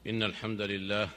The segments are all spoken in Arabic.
إن الحمد لله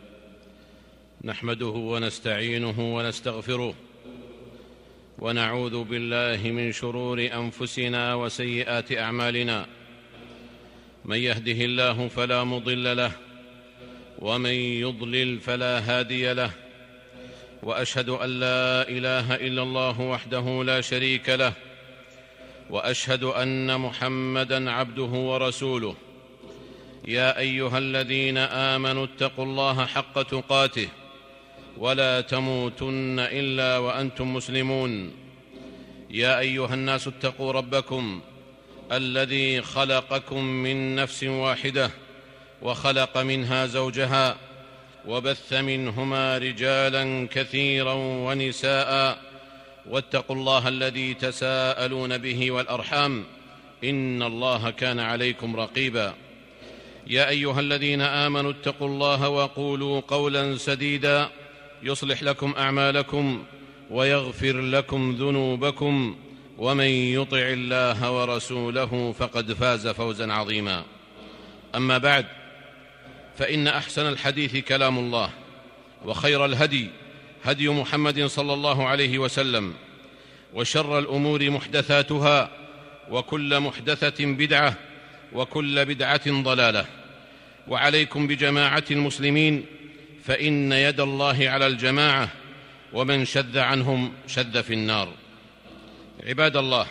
نحمده ونستعينه ونستغفره، ونعوذ بالله من شرور أنفسنا وسيئات أعمالنا. من يهده الله فلا مضل له، ومن يضلل فلا هادي له، وأشهد أن لا إله إلا الله وحده لا شريك له، وأشهد أن محمدًا عبده ورسوله. يا أيها الذين آمنوا اتقوا الله حق تقاته ولا تموتن إلا وأنتم مسلمون. يا أيها الناس اتقوا ربكم الذي خلقكم من نفس واحدة، وخلق منها زوجها، وبث منهما رجالا كثيرا ونساء، واتقوا الله الذي تساءلون به والأرحام، إن الله كان عليكم رقيبا. يا أيها الذين آمنوا اتقوا الله وقولوا قولا سديدا يصلح لكم أعمالكم ويغفر لكم ذنوبكم، ومن يطع الله ورسوله فقد فاز فوزا عظيما. أما بعد، فإن أحسن الحديث كلام الله، وخير الهدي هدي محمد صلى الله عليه وسلم، وشر الأمور محدثاتها، وكل محدثة بدعة، وكل بدعة ضلالة. وعليكم بجماعة المسلمين، فإن يد الله على الجماعة، ومن شذ عنهم شذ في النار. عباد الله،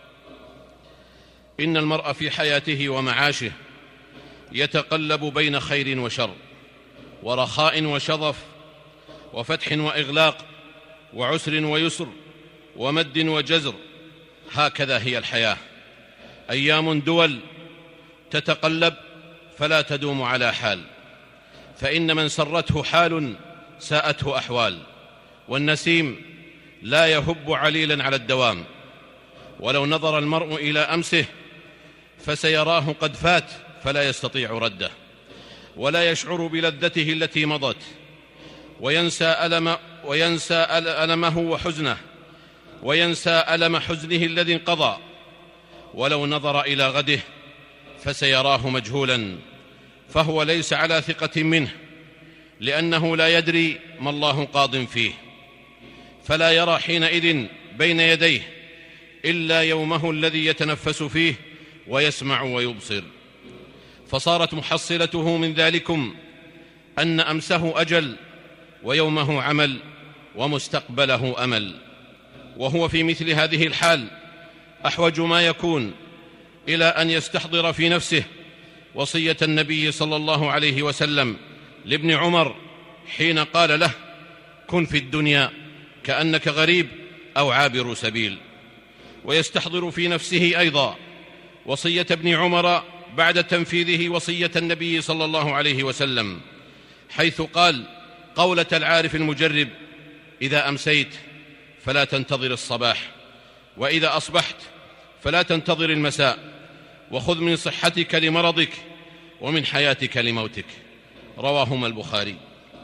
إن المرء في حياته ومعاشه يتقلب بين خير وشر، ورخاء وشظف، وفتح وإغلاق، وعسر ويسر، ومد وجزر. هكذا هي الحياة، أيام دول تتقلب فلا تدوم على حال، فإن من سرته حال ساءته أحوال، والنسيم لا يهب عليلا على الدوام. ولو نظر المرء إلى أمسه فسيراه قد فات فلا يستطيع رده، ولا يشعر بلذته التي مضت، وينسى ألمه وحزنه، وينسى ألم حزنه الذي انقضى. ولو نظر إلى غده فسيراه مجهولا، فهو ليس على ثقة منه، لأنه لا يدري ما الله قاض فيه، فلا يرى حينئذ بين يديه إلا يومه الذي يتنفس فيه ويسمع ويبصر. فصارت محصلته من ذلكم أن أمسه أجل، ويومه عمل، ومستقبله أمل. وهو في مثل هذه الحال أحوج ما يكون إلى أن يستحضر في نفسه وصية النبي صلى الله عليه وسلم لابن عمر حين قال له: كن في الدنيا كأنك غريب أو عابر سبيل. ويستحضر في نفسه أيضا وصية ابن عمر بعد تنفيذه وصية النبي صلى الله عليه وسلم، حيث قال قولة العارف المجرب: إذا أمسيت فلا تنتظر الصباح، وإذا أصبحت فلا تنتظر المساء، وخذ من صحتك لمرضك، ومن حياتك لموتك. رواهما البخاري.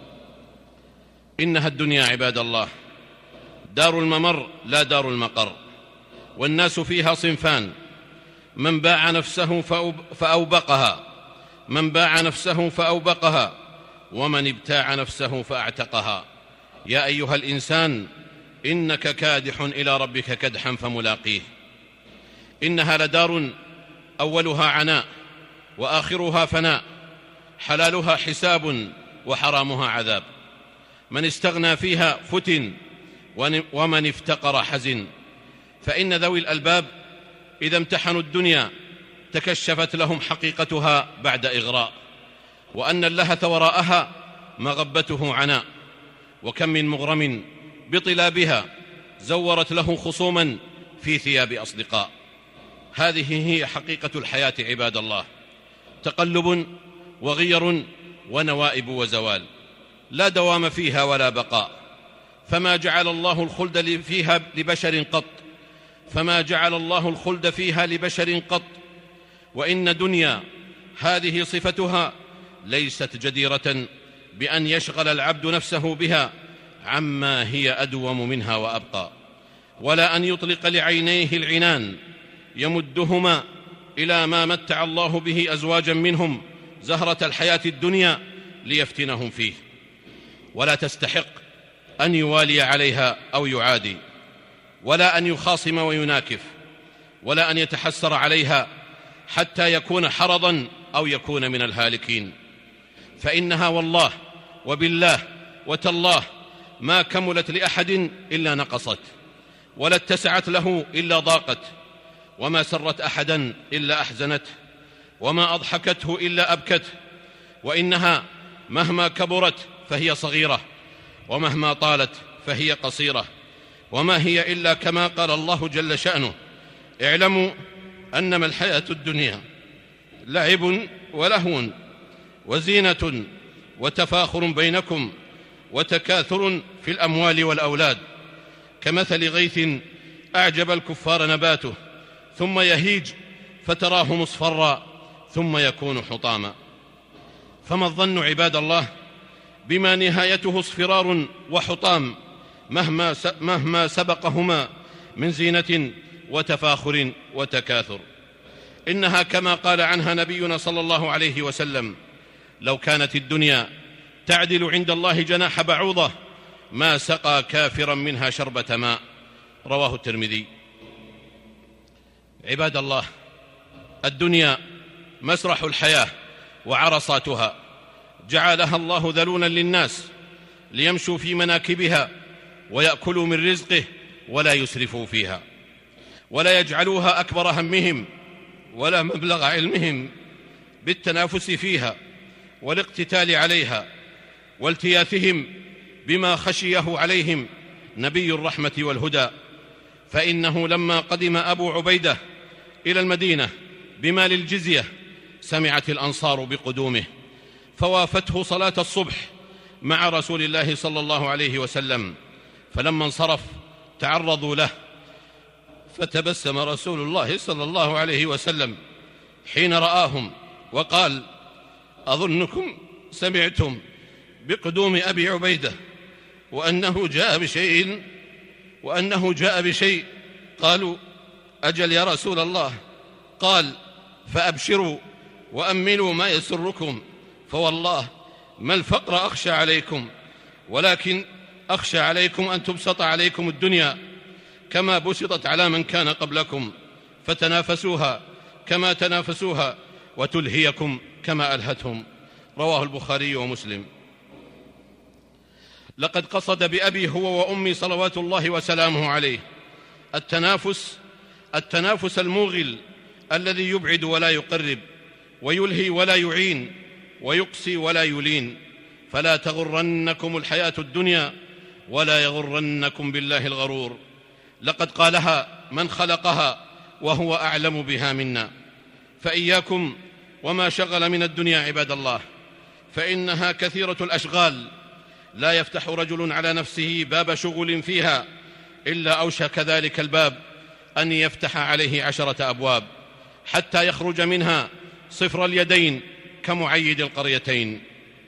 إنها الدنيا عباد الله دار الممر لا دار المقر، والناس فيها صنفان: من باع نفسه فأوبقها، ومن ابتاع نفسه فأعتقها. يا أيها الإنسان إنك كادح إلى ربك كدحا فملاقيه. إنها لدار أولها عناء، وآخرها فناء، حلالها حساب، وحرامها عذاب. من استغنى فيها فتن، ومن افتقر حزن. فإن ذوي الألباب إذا امتحنوا الدنيا تكشفت لهم حقيقتها بعد إغراء، وأن اللهث وراءها مغبته عناء. وكم من مغرم بطلابها زورت له خصوما في ثياب أصدقاء. هذه هي حقيقة الحياة عباد الله، تقلب وغير ونوائب وزوال، لا دوام فيها ولا بقاء. فما جعل الله الخلد فيها لبشر قط. وإن دنيا هذه صفتها ليست جديرة بأن يشغل العبد نفسه بها عما هي أدوم منها وأبقى، ولا أن يطلق لعينيه العنان يمدهما إلى ما متع الله به أزواجا منهم زهرة الحياة الدنيا ليفتنهم فيه، ولا تستحق أن يوالي عليها أو يعادي، ولا أن يخاصم ويناكف، ولا أن يتحسر عليها حتى يكون حرضا أو يكون من الهالكين، فإنها والله وبالله وتالله ما كملت لأحد إلا نقصت، ولا اتسعت له إلا ضاقت، وما سرت أحدا إلا أحزنته، وما أضحكته إلا أبكته، وإنها مهما كبرت فهي صغيرة، ومهما طالت فهي قصيرة، وما هي إلا كما قال الله جل شأنه: اعلموا أنما الحياة الدنيا لعب ولهو وزينة وتفاخر بينكم وتكاثر في الأموال والأولاد، كمثل غيث أعجب الكفار نباته ثم يهيج فتراه مصفرا ثم يكون حطاما. فما الظن عباد الله بما نهايته اصفرار وحطام مهما سبقهما من زينة وتفاخر وتكاثر؟ إنها كما قال عنها نبينا صلى الله عليه وسلم: لو كانت الدنيا تعدل عند الله جناح بعوضة ما سقى كافرا منها شربة ماء. رواه الترمذي. عباد الله، الدنيا مسرح الحياة وعرصاتها، جعلها الله ذلولا للناس ليمشوا في مناكبها ويأكلوا من رزقه ولا يسرفوا فيها، ولا يجعلوها أكبر همهم ولا مبلغ علمهم بالتنافس فيها والاقتتال عليها والتياثهم بما خشيه عليهم نبي الرحمة والهدى. فإنه لما قدم أبو عبيدة إلى المدينة بمال الجزية سمعت الأنصار بقدومه، فوافته صلاة الصبح مع رسول الله صلى الله عليه وسلم، فلما انصرف تعرضوا له، فتبسم رسول الله صلى الله عليه وسلم حين رآهم وقال: أظنكم سمعتم بقدوم أبي عبيدة وأنه جاء بشيء. قالوا: أجل يا رسول الله. قال: فأبشروا وأملوا ما يسركم، فوالله ما الفقر أخشى عليكم، ولكن أخشى عليكم أن تبسط عليكم الدنيا كما بسطت على من كان قبلكم، فتنافسوها كما تنافسوها وتلهيكم كما ألهتهم. رواه البخاري ومسلم. لقد قصد بأبي هو وأمي صلوات الله وسلامه عليه التنافس الموغل الذي يبعد ولا يقرب، ويلهي ولا يعين، ويقسي ولا يلين. فلا تغرنكم الحياة الدنيا ولا يغرنكم بالله الغرور. لقد قالها من خلقها وهو أعلم بها منا. فإياكم وما شغل من الدنيا عباد الله، فإنها كثيرة الأشغال، لا يفتح رجل على نفسه باب شغل فيها إلا أوشك ذلك الباب أن يفتح عليه 10 أبواب حتى يخرج منها صفر اليدين كمعيد القريتين.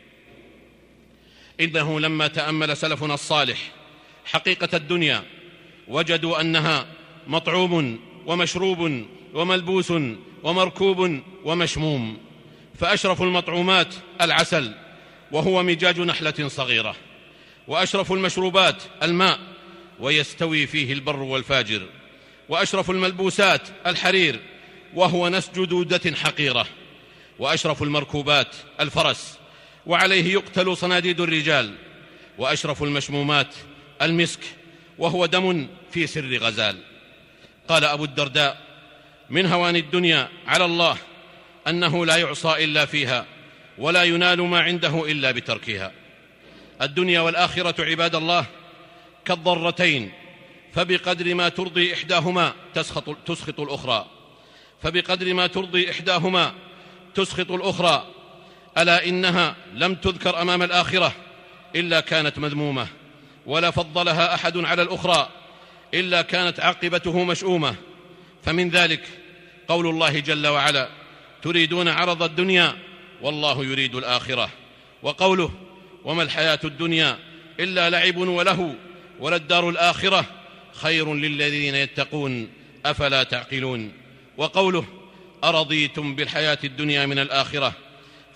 إنه لما تأمل سلفنا الصالح حقيقة الدنيا وجدوا أنها مطعوم ومشروب وملبوس ومركوب ومشموم، فأشرف المطعومات العسل وهو مجاج نحلة صغيرة، وأشرف المشروبات الماء ويستوي فيه البر والفاجر، وأشرف الملبوسات الحرير وهو نسج دودة حقيرة، وأشرف المركوبات الفرس وعليه يقتل صناديد الرجال، وأشرف المشمومات المسك وهو دم في سر غزال. قال أبو الدرداء: من هوان الدنيا على الله أنه لا يعصى إلا فيها، ولا ينال ما عنده إلا بتركها. الدنيا والآخرة عباد الله كالضرتين، فبقدر ما ترضي إحداهما تسخط الأخرى، فبقدر ما ترضي إحداهما تسخط الأخرى. ألا إنها لم تذكر أمام الآخرة إلا كانت مذمومة، ولا فضلها أحد على الأخرى إلا كانت عاقبته مشؤومة. فمن ذلك قول الله جل وعلا: تريدون عرض الدنيا والله يريد الآخرة، وقوله: وما الحياة الدنيا إلا لعب ولهو وللدار الآخرة خير للذين يتقون أفلا تعقلون، وقوله: أرضيتم بالحياة الدنيا من الآخرة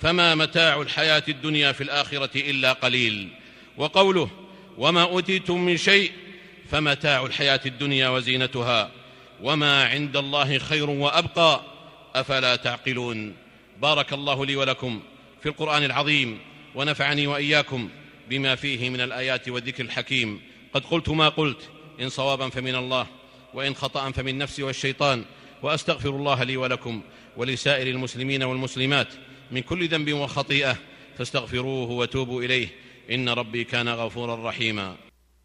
فما متاع الحياة الدنيا في الآخرة إلا قليل. وقوله وما أوتيتم من شيء فمتاع الحياة الدنيا وزينتها وما عند الله خير وأبقى أفلا تعقلون. بارك الله لي ولكم في القرآن العظيم، ونفعني وإياكم بما فيه من الآيات والذكر الحكيم. قد قلت ما قلت، إن صوابا فمن الله وإن خطأ فمن نفسي والشيطان، وأستغفر الله لي ولكم ولسائر المسلمين والمسلمات من كل ذنب وخطيئة، فاستغفروه وتوبوا إليه، إن ربي كان غفورا رحيما.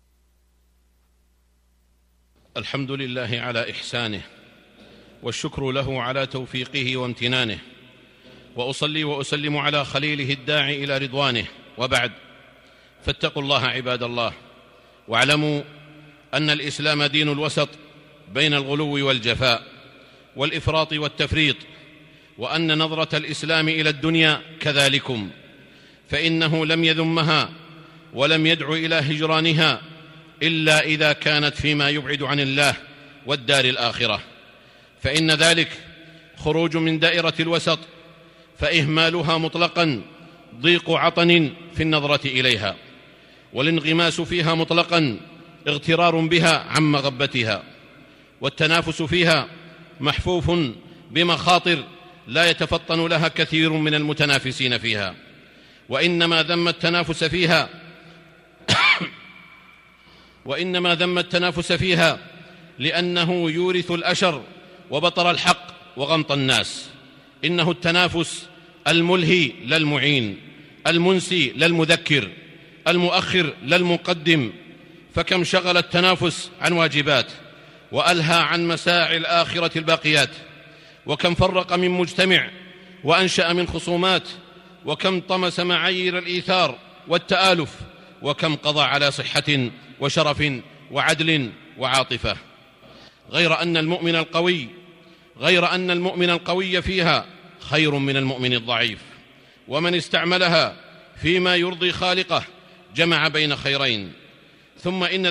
الحمد لله على إحسانه، والشكر له على توفيقه وامتنانه، وأصلي وأسلم على خليله الداعي إلى رضوانه، وبعد، فاتقوا الله عباد الله، واعلموا أن الإسلام دين الوسط بين الغلو والجفاء والإفراط والتفريط، وأن نظرة الإسلام إلى الدنيا كذلكم، فإنه لم يذمها ولم يدع إلى هجرانها إلا إذا كانت فيما يبعد عن الله والدار الآخرة، فإن ذلك خروج من دائرة الوسط، فإهمالها مطلقا ضيق عطن في النظرة إليها، والانغماس فيها مطلقا اغترار بها عن مغبتها، والتنافس فيها محفوف بمخاطر لا يتفطن لها كثير من المتنافسين فيها، وإنما ذم التنافس فيها لأنه يورث الأشر وبطر الحق وغمط الناس. إنه التنافس الملهي لا المعين، المنسي لا المذكر، المؤخر لا المقدم، فكم شغل التنافس عن واجبات، وألهى عن مساعي الآخرة الباقيات، وكم فرق من مجتمع وأنشأ من خصومات، وكم طمس معايير الإيثار والتآلف، وكم قضى على صحة وشرف وعدل وعاطفة. غير أن المؤمن القوي فيها خير من المؤمن الضعيف، ومن استعملها فيما يرضي خالقه جمع بين خيرين. ثم إن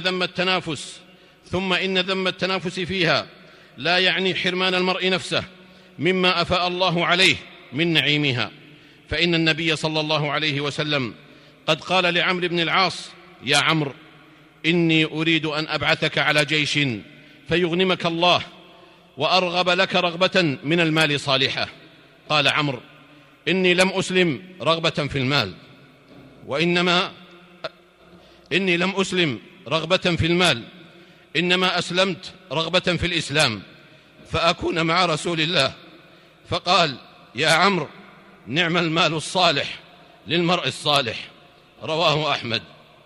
ذم التنافس فيها لا يعني حرمان المرء نفسه مما أفاء الله عليه من نعيمها، فإن النبي صلى الله عليه وسلم قد قال لعمرو بن العاص: يا عمرو، إني أريد أن أبعثك على جيش فيغنمك الله وأرغب لك رغبة من المال صالحة. قال عمرو: إني لم أسلم رغبة في المال، إنما أسلمت رغبة في الإسلام فأكون مع رسول الله. فقال: يا عمرو، نعم المال الصالح للمرء الصالح. رواه أحمد.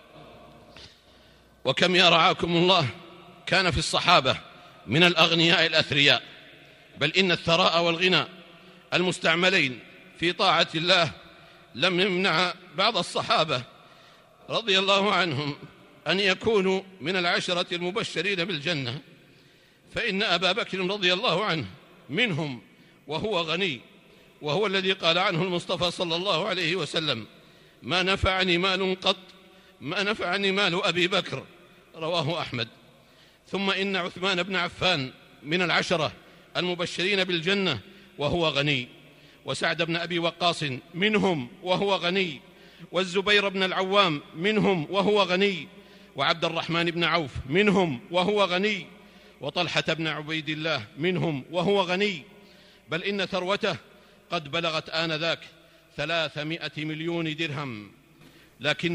وكم يا رعاكم الله كان في الصحابة من الأغنياء الأثرياء، بل إن الثراء والغنى المستعملين في طاعة الله لم يمنع بعض الصحابة رضي الله عنهم أن يكونوا من العشرة المبشرين بالجنة، فإن أبا بكر رضي الله عنه منهم وهو غني، وهو الذي قال عنه المصطفى صلى الله عليه وسلم: ما نفعني مال قط ما نفعني مال أبي بكر. رواه أحمد. ثم إن عثمان بن عفان من العشرة المبشرين بالجنة وهو غني، وسعد بن أبي وقاص منهم وهو غني، والزبير بن العوام منهم وهو غني، وعبد الرحمن بن عوف منهم وهو غني، وطلحة بن عبيد الله منهم وهو غني، بل إن ثروته قد بلغت آنذاك 300 مليون درهم. لكن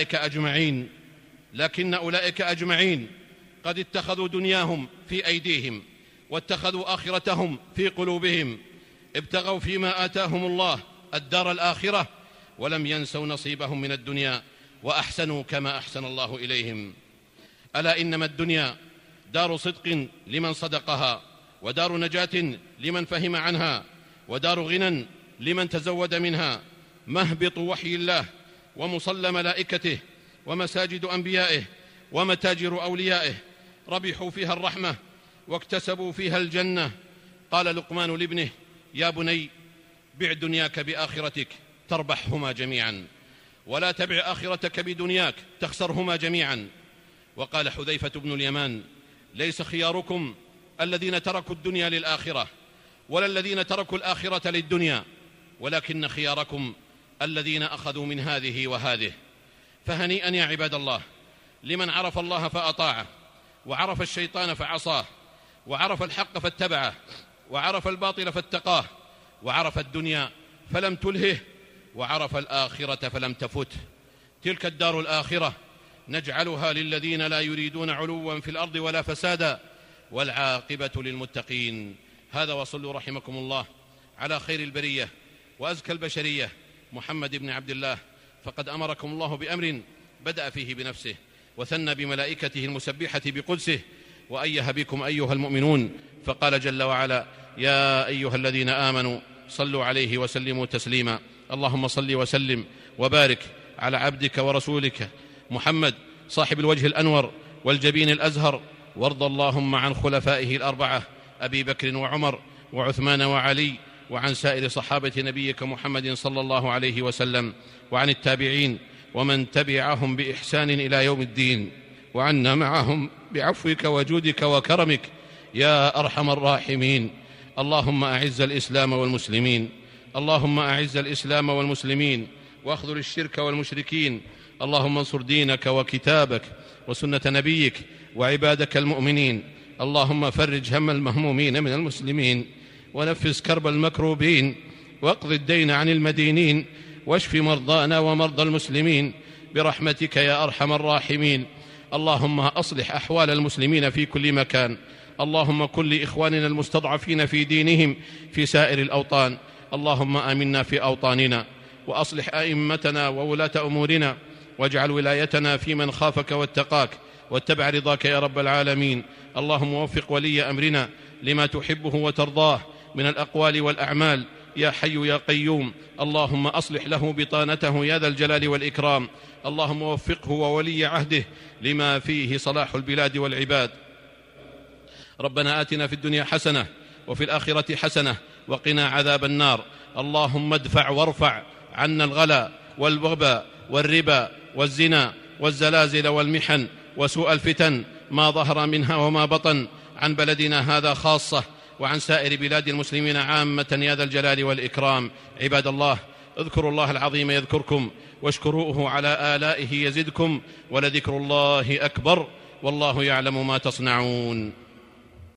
أولئك أجمعين قد اتخذوا دنياهم في أيديهم، واتخذوا آخرتهم في قلوبهم، ابتغوا فيما آتاهم الله الدار الآخرة، ولم ينسوا نصيبهم من الدنيا، وأحسنوا كما أحسن الله إليهم. ألا إنما الدنيا دار صدق لمن صدقها، ودار نجاة لمن فهم عنها، ودار غنى لمن تزود منها، مهبط وحي الله، ومصلى ملائكته، ومساجد أنبيائه، ومتاجر أوليائه، ربحوا فيها الرحمة واكتسبوا فيها الجنة. قال لقمان لابنه: يا بني، بع دنياك بآخرتك تربحهما جميعا، ولا تبع آخرتك بدنياك تخسرهما جميعا. وقال حذيفة بن اليمان: ليس خياركم الذين تركوا الدنيا للآخرة، ولا الذين تركوا الآخرة للدنيا، ولكن خياركم الذين أخذوا من هذه وهذه. فهنيئا يا عباد الله لمن عرف الله فأطاعه، وعرف الشيطان فعصاه، وعرف الحق فاتبعه، وعرف الباطل فاتقاه، وعرف الدنيا فلم تلهه، وعرف الآخرة فلم تفته. تلك الدار الآخرة نجعلها للذين لا يريدون علوا في الأرض ولا فسادا، والعاقبة للمتقين. هذا وصلوا رحمكم الله على خير البرية وأزكى البشرية محمد بن عبد الله، فقد أمركم الله بأمر بدأ فيه بنفسه، وثنى بملائكته المسبحة بقدسه، وأيه بكم أيها المؤمنون، فقال جل وعلا: يا أيها الذين آمنوا صلوا عليه وسلموا تسليما. اللهم صل وسلم وبارك على عبدك ورسولك محمد صاحب الوجه الأنور والجبين الأزهر، وارض اللهم عن خلفائه الأربعة أبي بكر وعمر وعثمان وعلي، وعن سائر صحابة نبيك محمد صلى الله عليه وسلم، وعن التابعين ومن تبعهم بإحسان إلى يوم الدين، وعنا معهم بعفوك وجودك وكرمك يا أرحم الراحمين. اللهم أعز الإسلام والمسلمين، اللهم أعز الإسلام والمسلمين، واخذل الشرك والمشركين. اللهم انصر دينك وكتابك وسنة نبيك وعبادك المؤمنين. اللهم فرج هم المهمومين من المسلمين، ونفس كرب المكروبين، واقض الدين عن المدينين، واشف مرضانا ومرضى المسلمين برحمتك يا أرحم الراحمين. اللهم أصلح أحوال المسلمين في كل مكان. اللهم كن لإخواننا المستضعفين في دينهم في سائر الأوطان. اللهم آمنا في أوطاننا، وأصلح أئمتنا وولاة أمورنا، واجعل ولايتنا في من خافك واتقاك واتبع رضاك يا رب العالمين. اللهم وفق ولي أمرنا لما تحبه وترضاه من الأقوال والأعمال يا حي يا قيوم. اللهم أصلح له بطانته يا ذا الجلال والإكرام. اللهم وفقه وولي عهده لما فيه صلاح البلاد والعباد. ربنا آتنا في الدنيا حسنة وفي الآخرة حسنة وقنا عذاب النار. اللهم ادفع وارفع عنا الغلا والوباء والربا والزنا والزلازل والمحن وسوء الفتن ما ظهر منها وما بطن عن بلدنا هذا خاصة، وعن سائر بلاد المسلمين عامة يا ذا الجلال والإكرام. عباد الله، اذكروا الله العظيم يذكركم، واشكروه على آلائه يزدكم، ولذكر الله أكبر، والله يعلم ما تصنعون.